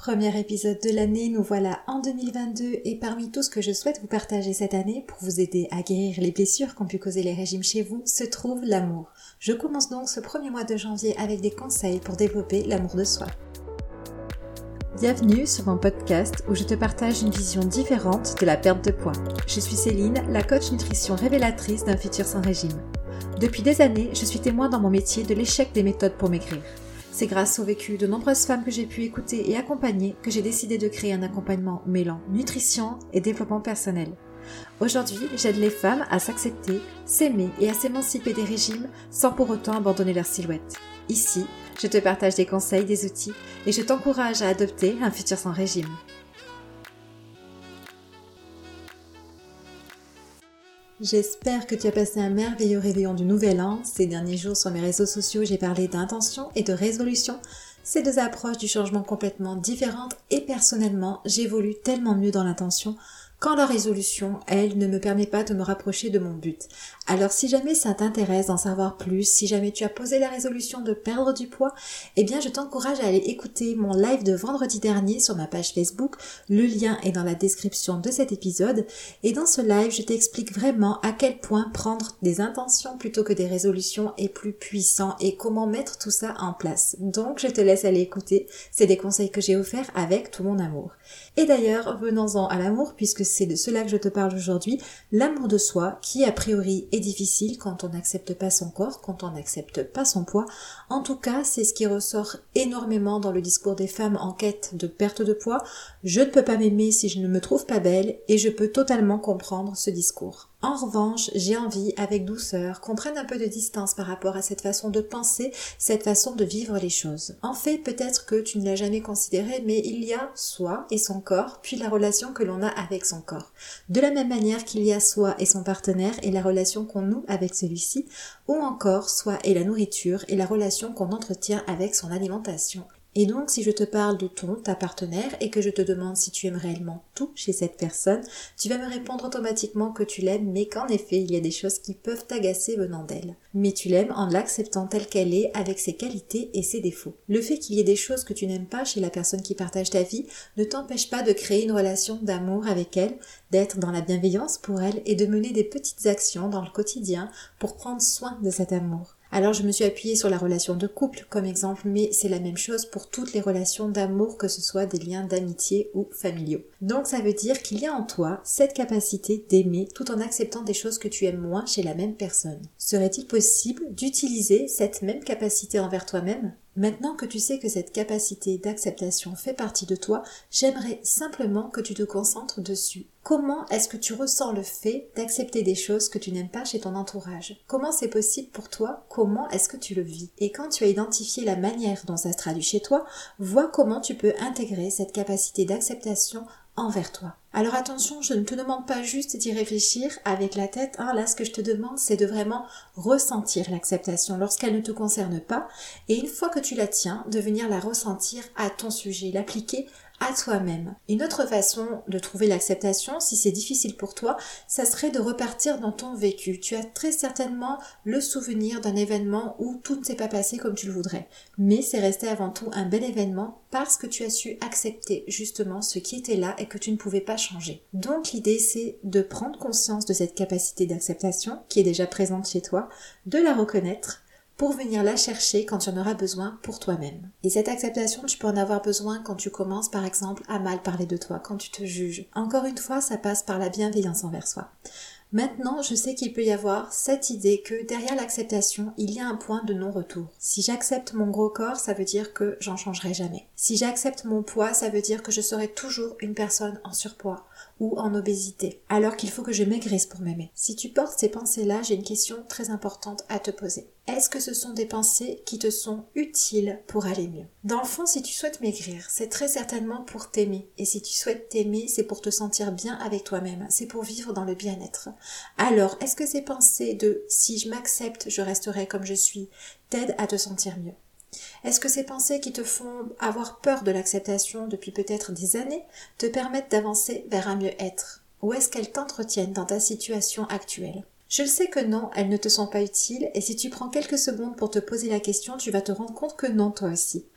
Premier épisode de l'année, nous voilà en 2022 et parmi tout ce que je souhaite vous partager cette année pour vous aider à guérir les blessures qu'ont pu causer les régimes chez vous, se trouve l'amour. Je commence donc ce premier mois de janvier avec des conseils pour développer l'amour de soi. Bienvenue sur mon podcast où je te partage une vision différente de la perte de poids. Je suis Céline, la coach nutrition révélatrice d'un futur sans régime. Depuis des années, je suis témoin dans mon métier de l'échec des méthodes pour maigrir. C'est grâce au vécu de nombreuses femmes que j'ai pu écouter et accompagner que j'ai décidé de créer un accompagnement mêlant nutrition et développement personnel. Aujourd'hui, j'aide les femmes à s'accepter, s'aimer et à s'émanciper des régimes sans pour autant abandonner leur silhouette. Ici, je te partage des conseils, des outils et je t'encourage à adopter un futur sans régime. J'espère que tu as passé un merveilleux réveillon du Nouvel An. Ces derniers jours sur mes réseaux sociaux, j'ai parlé d'intention et de résolution. Ces deux approches du changement complètement différentes et personnellement, j'évolue tellement mieux dans l'intention quand la résolution, elle, ne me permet pas de me rapprocher de mon but. Alors si jamais ça t'intéresse d'en savoir plus, si jamais tu as posé la résolution de perdre du poids, eh bien je t'encourage à aller écouter mon live de vendredi dernier sur ma page Facebook. Le lien est dans la description de cet épisode. Et dans ce live, je t'explique vraiment à quel point prendre des intentions plutôt que des résolutions est plus puissant et comment mettre tout ça en place. Donc je te laisse aller écouter. C'est des conseils que j'ai offerts avec tout mon amour. Et d'ailleurs, venons-en à l'amour puisque c'est de cela que je te parle aujourd'hui, l'amour de soi qui a priori est difficile quand on n'accepte pas son corps, quand on n'accepte pas son poids. En tout cas, c'est ce qui ressort énormément dans le discours des femmes en quête de perte de poids. Je ne peux pas m'aimer si je ne me trouve pas belle et je peux totalement comprendre ce discours. En revanche, j'ai envie, avec douceur, qu'on prenne un peu de distance par rapport à cette façon de penser, cette façon de vivre les choses. En fait, peut-être que tu ne l'as jamais considéré, mais il y a soi et son corps, puis la relation que l'on a avec son corps. De la même manière qu'il y a soi et son partenaire et la relation qu'on noue avec celui-ci, ou encore soi et la nourriture et la relation qu'on entretient avec son alimentation. Et donc, si je te parle de ta partenaire, et que je te demande si tu aimes réellement tout chez cette personne, tu vas me répondre automatiquement que tu l'aimes, mais qu'en effet, il y a des choses qui peuvent t'agacer venant d'elle. Mais tu l'aimes en l'acceptant telle qu'elle est, avec ses qualités et ses défauts. Le fait qu'il y ait des choses que tu n'aimes pas chez la personne qui partage ta vie ne t'empêche pas de créer une relation d'amour avec elle, d'être dans la bienveillance pour elle et de mener des petites actions dans le quotidien pour prendre soin de cet amour. Alors je me suis appuyée sur la relation de couple comme exemple, mais c'est la même chose pour toutes les relations d'amour, que ce soit des liens d'amitié ou familiaux. Donc ça veut dire qu'il y a en toi cette capacité d'aimer tout en acceptant des choses que tu aimes moins chez la même personne. Serait-il possible d'utiliser cette même capacité envers toi-même ? Maintenant que tu sais que cette capacité d'acceptation fait partie de toi, j'aimerais simplement que tu te concentres dessus. Comment est-ce que tu ressens le fait d'accepter des choses que tu n'aimes pas chez ton entourage ? Comment c'est possible pour toi ? Comment est-ce que tu le vis ? Et quand tu as identifié la manière dont ça se traduit chez toi, vois comment tu peux intégrer cette capacité d'acceptation envers toi. Alors attention, je ne te demande pas juste d'y réfléchir avec la tête, là ce que je te demande c'est de vraiment ressentir l'acceptation lorsqu'elle ne te concerne pas, et une fois que tu la tiens, de venir la ressentir à ton sujet, l'appliquer à toi-même. Une autre façon de trouver l'acceptation, si c'est difficile pour toi, ça serait de repartir dans ton vécu. Tu as très certainement le souvenir d'un événement où tout ne s'est pas passé comme tu le voudrais. Mais c'est resté avant tout un bel événement parce que tu as su accepter justement ce qui était là et que tu ne pouvais pas changer. Donc l'idée c'est de prendre conscience de cette capacité d'acceptation qui est déjà présente chez toi, de la reconnaître, pour venir la chercher quand tu en auras besoin pour toi-même. Et cette acceptation, tu peux en avoir besoin quand tu commences par exemple à mal parler de toi, quand tu te juges. Encore une fois, ça passe par la bienveillance envers soi. Maintenant, je sais qu'il peut y avoir cette idée que derrière l'acceptation, il y a un point de non-retour. Si j'accepte mon gros corps, ça veut dire que j'en changerai jamais. Si j'accepte mon poids, ça veut dire que je serai toujours une personne en surpoids ou en obésité, alors qu'il faut que je maigrisse pour m'aimer. Si tu portes ces pensées-là, j'ai une question très importante à te poser. Est-ce que ce sont des pensées qui te sont utiles pour aller mieux ? Dans le fond, si tu souhaites maigrir, c'est très certainement pour t'aimer. Et si tu souhaites t'aimer, c'est pour te sentir bien avec toi-même. C'est pour vivre dans le bien-être. Alors, est-ce que ces pensées de « si je m'accepte, je resterai comme je suis » t'aident à te sentir mieux ? Est-ce que ces pensées qui te font avoir peur de l'acceptation depuis peut-être des années te permettent d'avancer vers un mieux-être ? Ou est-ce qu'elles t'entretiennent dans ta situation actuelle ? Je le sais que non, elles ne te sont pas utiles, et si tu prends quelques secondes pour te poser la question, tu vas te rendre compte que non toi aussi.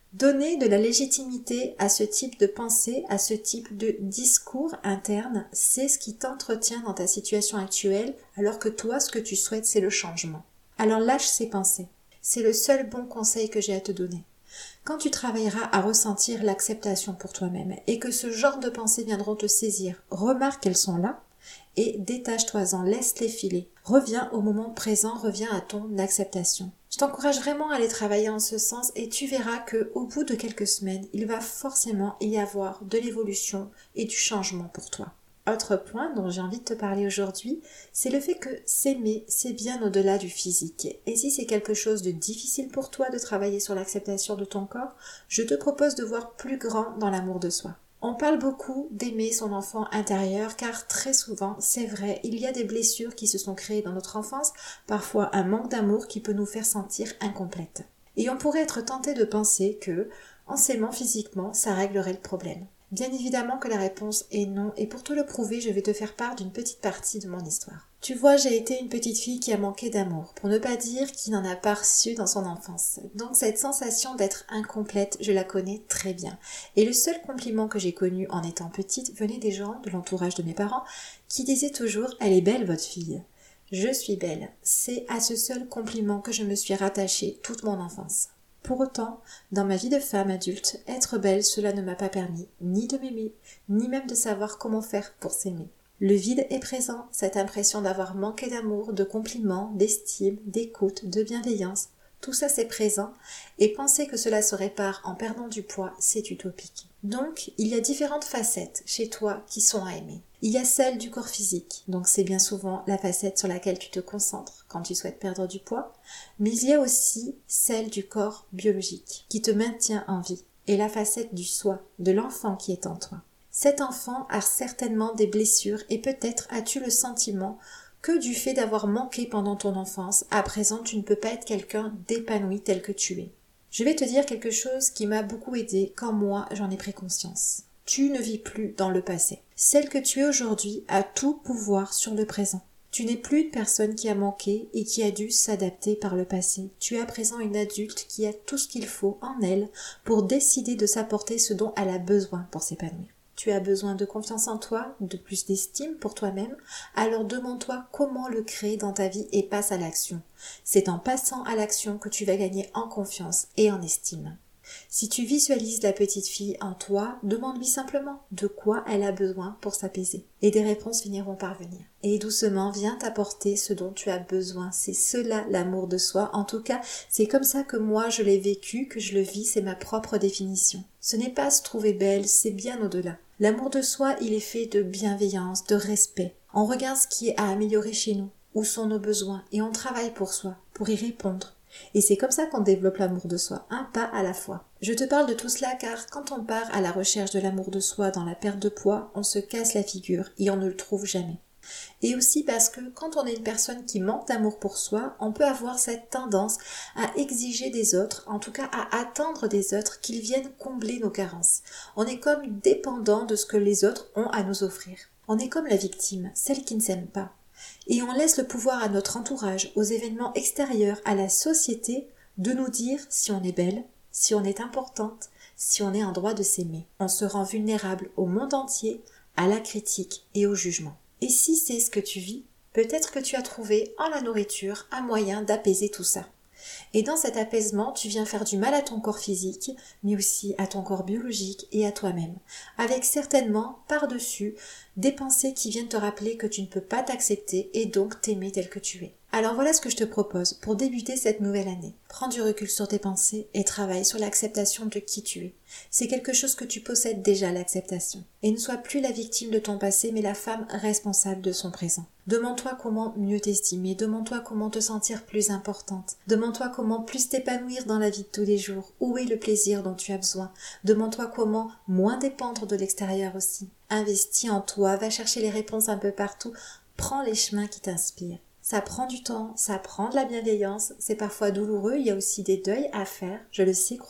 Donner de la légitimité à ce type de pensée, à ce type de discours interne, c'est ce qui t'entretient dans ta situation actuelle, alors que toi, ce que tu souhaites, c'est le changement. Alors lâche ces pensées. C'est le seul bon conseil que j'ai à te donner. Quand tu travailleras à ressentir l'acceptation pour toi-même et que ce genre de pensées viendront te saisir, remarque qu'elles sont là et détache-toi-en, laisse-les filer. Reviens au moment présent, reviens à ton acceptation. Je t'encourage vraiment à aller travailler en ce sens et tu verras qu'au bout de quelques semaines, il va forcément y avoir de l'évolution et du changement pour toi. Autre point dont j'ai envie de te parler aujourd'hui, c'est le fait que s'aimer, c'est bien au-delà du physique. Et si c'est quelque chose de difficile pour toi de travailler sur l'acceptation de ton corps, je te propose de voir plus grand dans l'amour de soi. On parle beaucoup d'aimer son enfant intérieur car très souvent, c'est vrai, il y a des blessures qui se sont créées dans notre enfance, parfois un manque d'amour qui peut nous faire sentir incomplètes. Et on pourrait être tenté de penser que, en s'aimant physiquement, ça réglerait le problème. Bien évidemment que la réponse est non, et pour te le prouver, je vais te faire part d'une petite partie de mon histoire. Tu vois, j'ai été une petite fille qui a manqué d'amour, pour ne pas dire qui n'en a pas reçu dans son enfance. Donc cette sensation d'être incomplète, je la connais très bien. Et le seul compliment que j'ai connu en étant petite venait des gens de l'entourage de mes parents qui disaient toujours « Elle est belle votre fille ». Je suis belle. C'est à ce seul compliment que je me suis rattachée toute mon enfance. Pour autant, dans ma vie de femme adulte, être belle, cela ne m'a pas permis ni de m'aimer, ni même de savoir comment faire pour s'aimer. Le vide est présent, cette impression d'avoir manqué d'amour, de compliments, d'estime, d'écoute, de bienveillance, tout ça c'est présent, et penser que cela se répare en perdant du poids, c'est utopique. Donc, il y a différentes facettes chez toi qui sont à aimer. Il y a celle du corps physique, donc c'est bien souvent la facette sur laquelle tu te concentres quand tu souhaites perdre du poids, mais il y a aussi celle du corps biologique, qui te maintient en vie, et la facette du soi, de l'enfant qui est en toi. Cet enfant a certainement des blessures et peut-être as-tu le sentiment que du fait d'avoir manqué pendant ton enfance, à présent tu ne peux pas être quelqu'un d'épanoui tel que tu es. Je vais te dire quelque chose qui m'a beaucoup aidé quand moi j'en ai pris conscience. Tu ne vis plus dans le passé. Celle que tu es aujourd'hui a tout pouvoir sur le présent. Tu n'es plus une personne qui a manqué et qui a dû s'adapter par le passé. Tu es à présent une adulte qui a tout ce qu'il faut en elle pour décider de s'apporter ce dont elle a besoin pour s'épanouir. Tu as besoin de confiance en toi, de plus d'estime pour toi-même, alors demande-toi comment le créer dans ta vie et passe à l'action. C'est en passant à l'action que tu vas gagner en confiance et en estime. Si tu visualises la petite fille en toi, demande-lui simplement de quoi elle a besoin pour s'apaiser. Et des réponses finiront par venir. Et doucement, viens t'apporter ce dont tu as besoin. C'est cela l'amour de soi. En tout cas, c'est comme ça que moi je l'ai vécu, que je le vis, c'est ma propre définition. Ce n'est pas se trouver belle, c'est bien au-delà. L'amour de soi, il est fait de bienveillance, de respect. On regarde ce qui est à améliorer chez nous, où sont nos besoins, et on travaille pour soi, pour y répondre. Et c'est comme ça qu'on développe l'amour de soi, un pas à la fois. Je te parle de tout cela car quand on part à la recherche de l'amour de soi dans la perte de poids, on se casse la figure et on ne le trouve jamais. Et aussi parce que quand on est une personne qui manque d'amour pour soi, on peut avoir cette tendance à exiger des autres, en tout cas à attendre des autres qu'ils viennent combler nos carences. On est comme dépendant de ce que les autres ont à nous offrir. On est comme la victime, celle qui ne s'aime pas. Et on laisse le pouvoir à notre entourage, aux événements extérieurs, à la société, de nous dire si on est belle, si on est importante, si on est en droit de s'aimer. On se rend vulnérable au monde entier, à la critique et au jugement. Et si c'est ce que tu vis, peut-être que tu as trouvé en la nourriture un moyen d'apaiser tout ça. Et dans cet apaisement, tu viens faire du mal à ton corps physique, mais aussi à ton corps biologique et à toi-même, avec certainement, par-dessus, des pensées qui viennent te rappeler que tu ne peux pas t'accepter et donc t'aimer tel que tu es. Alors voilà ce que je te propose pour débuter cette nouvelle année. Prends du recul sur tes pensées et travaille sur l'acceptation de qui tu es. C'est quelque chose que tu possèdes déjà, l'acceptation. Et ne sois plus la victime de ton passé, mais la femme responsable de son présent. Demande-toi comment mieux t'estimer, demande-toi comment te sentir plus importante, demande-toi comment plus t'épanouir dans la vie de tous les jours, où est le plaisir dont tu as besoin, demande-toi comment moins dépendre de l'extérieur aussi. Investis en toi, va chercher les réponses un peu partout, prends les chemins qui t'inspirent. Ça prend du temps, ça prend de la bienveillance, c'est parfois douloureux, il y a aussi des deuils à faire, je le sais, crois-moi,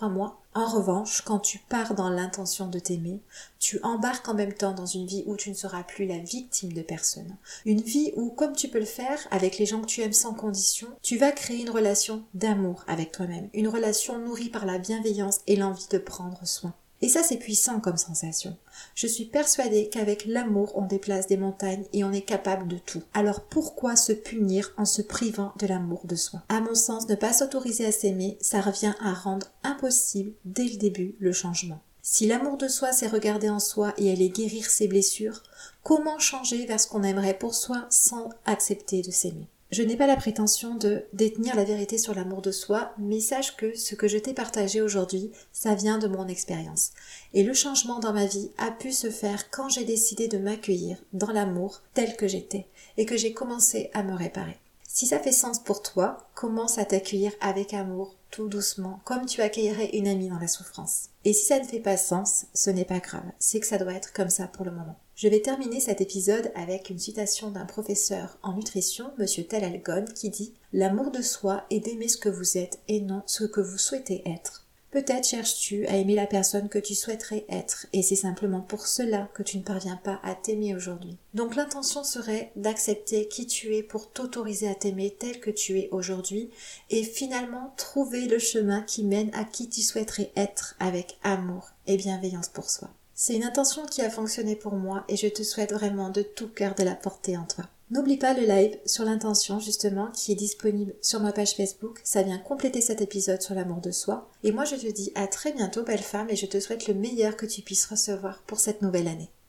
En revanche, quand tu pars dans l'intention de t'aimer, tu embarques en même temps dans une vie où tu ne seras plus la victime de personne. Une vie où, comme tu peux le faire avec les gens que tu aimes sans condition, tu vas créer une relation d'amour avec toi-même, une relation nourrie par la bienveillance et l'envie de prendre soin. Et ça, c'est puissant comme sensation. Je suis persuadée qu'avec l'amour, on déplace des montagnes et on est capable de tout. Alors pourquoi se punir en se privant de l'amour de soi? À mon sens, ne pas s'autoriser à s'aimer, ça revient à rendre impossible dès le début le changement. Si l'amour de soi, c'est regarder en soi et aller guérir ses blessures, comment changer vers ce qu'on aimerait pour soi sans accepter de s'aimer? Je n'ai pas la prétention de détenir la vérité sur l'amour de soi, mais sache que ce que je t'ai partagé aujourd'hui, ça vient de mon expérience. Et le changement dans ma vie a pu se faire quand j'ai décidé de m'accueillir dans l'amour tel que j'étais et que j'ai commencé à me réparer. Si ça fait sens pour toi, commence à t'accueillir avec amour, tout doucement, comme tu accueillerais une amie dans la souffrance. Et si ça ne fait pas sens, ce n'est pas grave, c'est que ça doit être comme ça pour le moment. Je vais terminer cet épisode avec une citation d'un professeur en nutrition, Monsieur Tal Algon, qui dit « L'amour de soi est d'aimer ce que vous êtes et non ce que vous souhaitez être ». Peut-être cherches-tu à aimer la personne que tu souhaiterais être et c'est simplement pour cela que tu ne parviens pas à t'aimer aujourd'hui. Donc l'intention serait d'accepter qui tu es pour t'autoriser à t'aimer tel que tu es aujourd'hui et finalement trouver le chemin qui mène à qui tu souhaiterais être avec amour et bienveillance pour soi. C'est une intention qui a fonctionné pour moi et je te souhaite vraiment de tout cœur de la porter en toi. N'oublie pas le live sur l'intention justement qui est disponible sur ma page Facebook, ça vient compléter cet épisode sur l'amour de soi. Et moi je te dis à très bientôt belle femme et je te souhaite le meilleur que tu puisses recevoir pour cette nouvelle année.